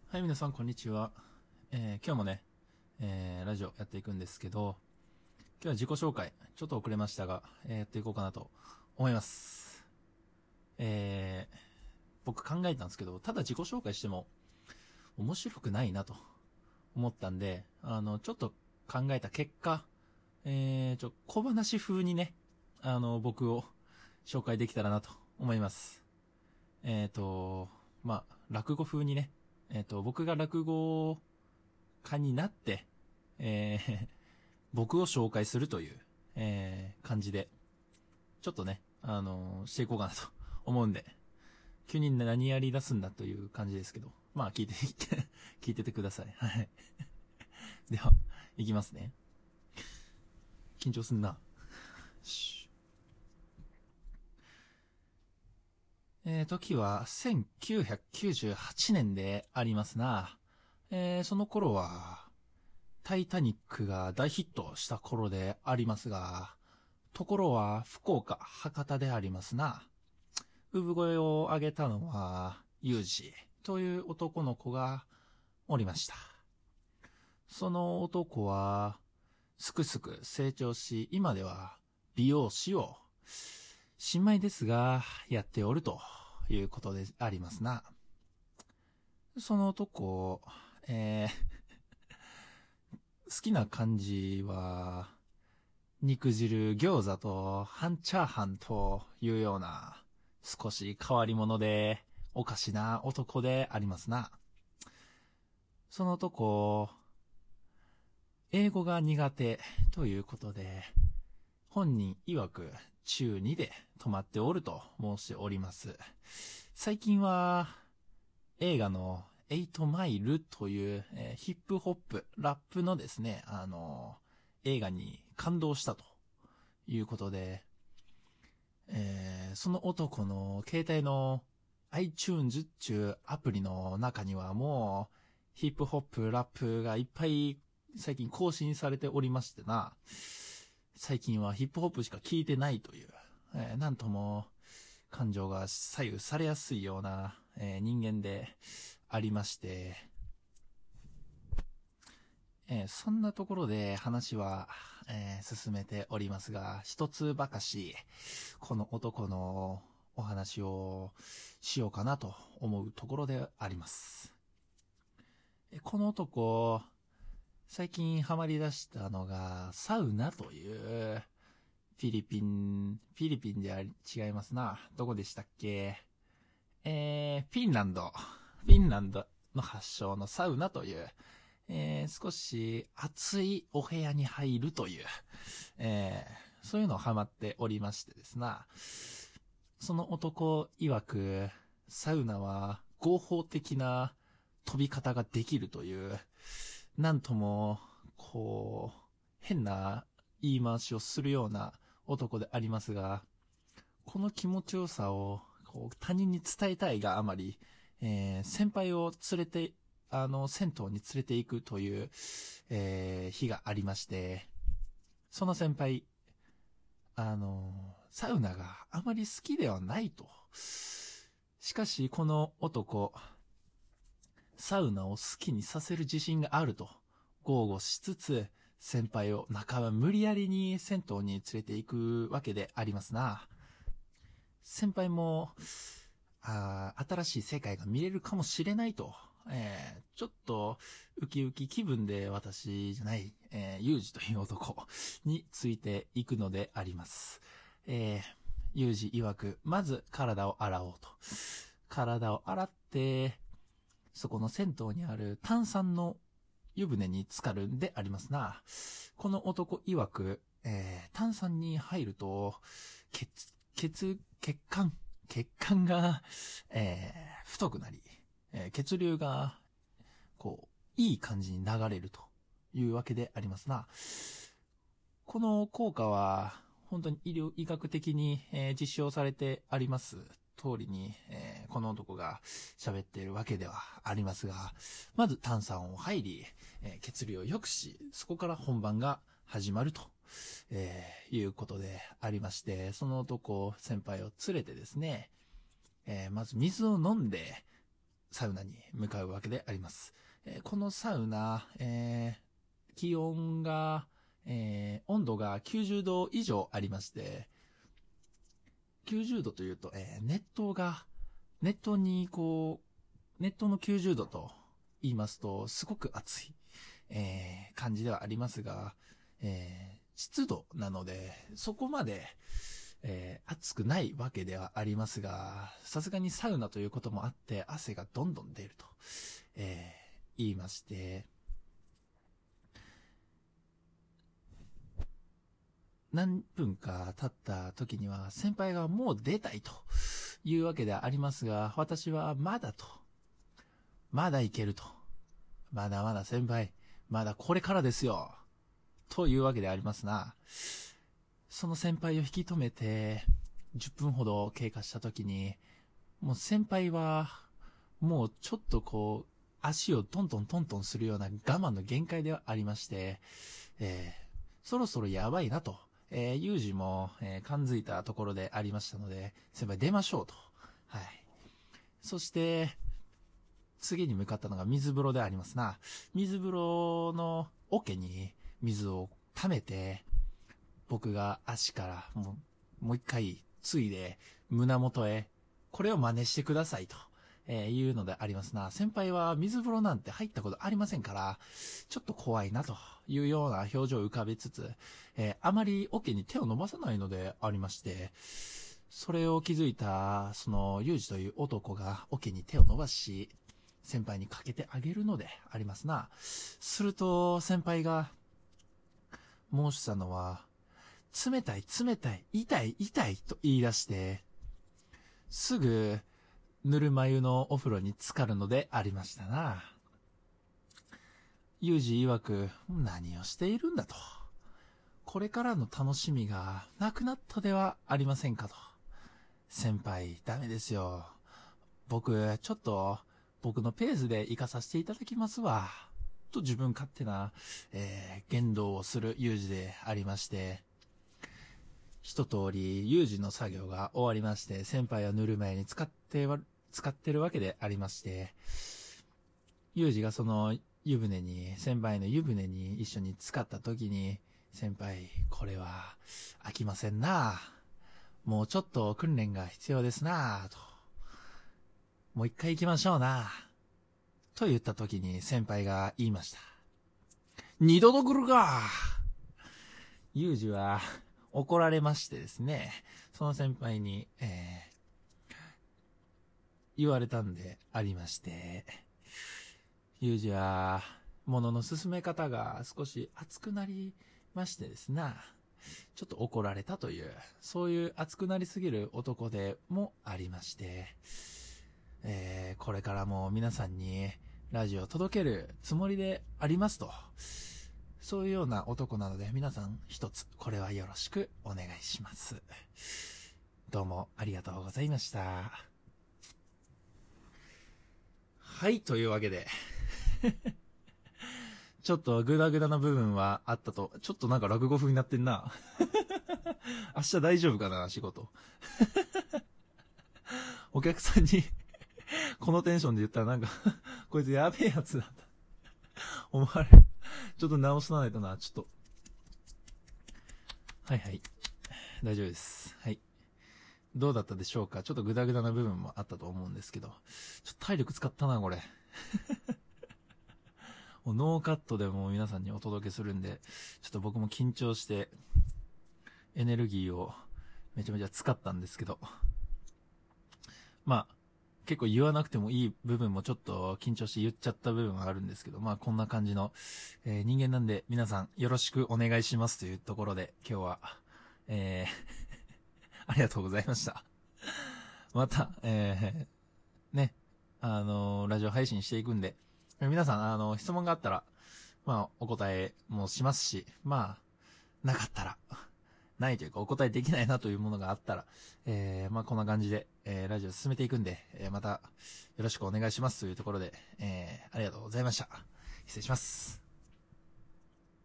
はい、皆さん、こんにちは。今日もね、ラジオやっていくんですけど、今日は自己紹介、ちょっと遅れましたが、やっていこうかなと思います。僕考えたんですけど、ただ自己紹介しても面白くないなと思ったんで、ちょっと考えた結果、小話風にね、僕を紹介できたらなと思います。落語風にね、僕が落語家になって、僕を紹介するという、感じで、ちょっとね、していこうかなと思うんで、急に何やり出すんだという感じですけど、まあ聞いて聞いててください。はい。では、いきますね。緊張すんな。時は1998年でありますな。その頃は、タイタニックが大ヒットした頃でありますが、ところは福岡、博多でありますな。産声を上げたのは、ユージという男の子がおりました。その男は、すくすく成長し、今では美容師を、新米ですが、やっておるということでありますな。その男、好きな漢字は、肉汁餃子と半チャーハンというような少し変わり者でおかしな男でありますな。その男、英語が苦手ということで、本人曰く中2で止まっておると申しております。最近は映画の8マイルという、ヒップホップ、ラップのですね、映画に感動したということで、その男の携帯の iTunes っていうアプリの中にはもうヒップホップ、ラップがいっぱい最近更新されておりましてな、最近はヒップホップしか聞いてないという、なんとも感情が左右されやすいような、人間でありまして、そんなところで話は、進めておりますが、一つばかし、この男のお話をしようかなと思うところであります。この男、最近ハマり出したのが、サウナという、フィリピンで違いますな。どこでしたっけ？フィンランドの発祥のサウナという、少し暑いお部屋に入るという、そういうのをハマっておりましてですな。その男曰く、サウナは合法的な飛び方ができるという、なんとも、こう、変な言い回しをするような男でありますが、この気持ちよさをこう他人に伝えたいがあまり、先輩を連れて、銭湯に連れて行くという、日がありまして、その先輩、サウナがあまり好きではないと。しかし、この男、サウナを好きにさせる自信があると、豪語しつつ、先輩を半ば無理やりに銭湯に連れて行くわけでありますな。先輩も、新しい世界が見れるかもしれないと、ちょっとウキウキ気分で私じゃない、ユージという男についていくのであります。ユージ曰く、まず体を洗おうと。体を洗って、そこの銭湯にある炭酸の湯船に浸かるんでありますな。この男曰く、炭酸に入ると、血管が、太くなり、血流が、こう、いい感じに流れるというわけでありますな。この効果は、本当に医学的に、実証されてあります通りに、この男が喋っているわけではありますが、まず炭酸を入り、血流を良くし、そこから本番が始まると、いうことでありまして、その男、先輩を連れてですね、まず水を飲んで、 サウナに向かうわけであります。このサウナ、気温が、温度が90度以上ありまして、90度というと、熱湯の90度と言いますと、すごく暑い、感じではありますが、湿度なので、そこまで、暑くないわけではありますが、さすがにサウナということもあって、汗がどんどん出ると、言いまして、何分か経った時には先輩がもう出たいというわけではありますが、私はまだいけると。まだまだ先輩、まだこれからですよ。というわけでありますな。その先輩を引き止めて、10分ほど経過した時に、もう先輩は、もうちょっと足をトントンするような我慢の限界ではありまして、そろそろやばいなと。ユージも、感づいたところでありましたので、先輩出ましょうと。はい。そして、次に向かったのが水風呂でありますな。水風呂の桶に水を溜めて、僕が足からもう一回ついで胸元へ、これを真似してくださいと。いうのでありますな。先輩は水風呂なんて入ったことありませんから、ちょっと怖いなというような表情を浮かべつつ、あまり桶に手を伸ばさないのでありまして、それを気づいた、その、ユージという男が桶に手を伸ばし、先輩にかけてあげるのでありますな。すると、先輩が、申したのは、冷たい、痛いと言い出して、すぐ、ぬるま湯のお風呂に浸かるのでありましたな。ユージ曰く、何をしているんだと。これからの楽しみがなくなったではありませんかと。先輩、ダメですよ。僕、ちょっと、僕のペースで行かさせていただきますわ。と自分勝手な、言動をするユージでありまして、一通りユージの作業が終わりまして、先輩はぬるま湯に使ってるわけでありまして、ユージがその先輩の湯船に一緒に浸かった時に、先輩、これは飽きませんな。もうちょっと訓練が必要ですなと。もう一回行きましょうな。と言った時に先輩が言いました。二度と来るか。ユージは怒られましてですね、その先輩に、言われたんでありまして、ユージは物の進め方が少し熱くなりましてですな、ちょっと怒られたという、そういう熱くなりすぎる男でもありまして、これからも皆さんにラジオを届けるつもりでありますと、そういうような男なので、皆さん一つこれはよろしくお願いします。どうもありがとうございました。はい、というわけでちょっとグダグダな部分はあったと。ちょっとなんか落語風になってんな明日大丈夫かな、仕事お客さんにこのテンションで言ったらなんかこいつやべえやつだった思われる。ちょっと直さないとな。ちょっとはい大丈夫です。はい、どうだったでしょうか。ちょっとグダグダな部分もあったと思うんですけど、ちょっと体力使ったなこれもうノーカットでも皆さんにお届けするんで、ちょっと僕も緊張してエネルギーをめちゃめちゃ使ったんですけど、まあ結構言わなくてもいい部分もちょっと緊張して言っちゃった部分はあるんですけど、まあこんな感じの、人間なんで皆さんよろしくお願いしますというところで今日は、ありがとうございました。また、ね、ラジオ配信していくんで、皆さん、質問があったら、まあ、お答えもしますし、まあ、なかったら、ないというか、お答えできないなというものがあったら、まあ、こんな感じで、ラジオ進めていくんで、また、よろしくお願いしますというところで、ありがとうございました。失礼します。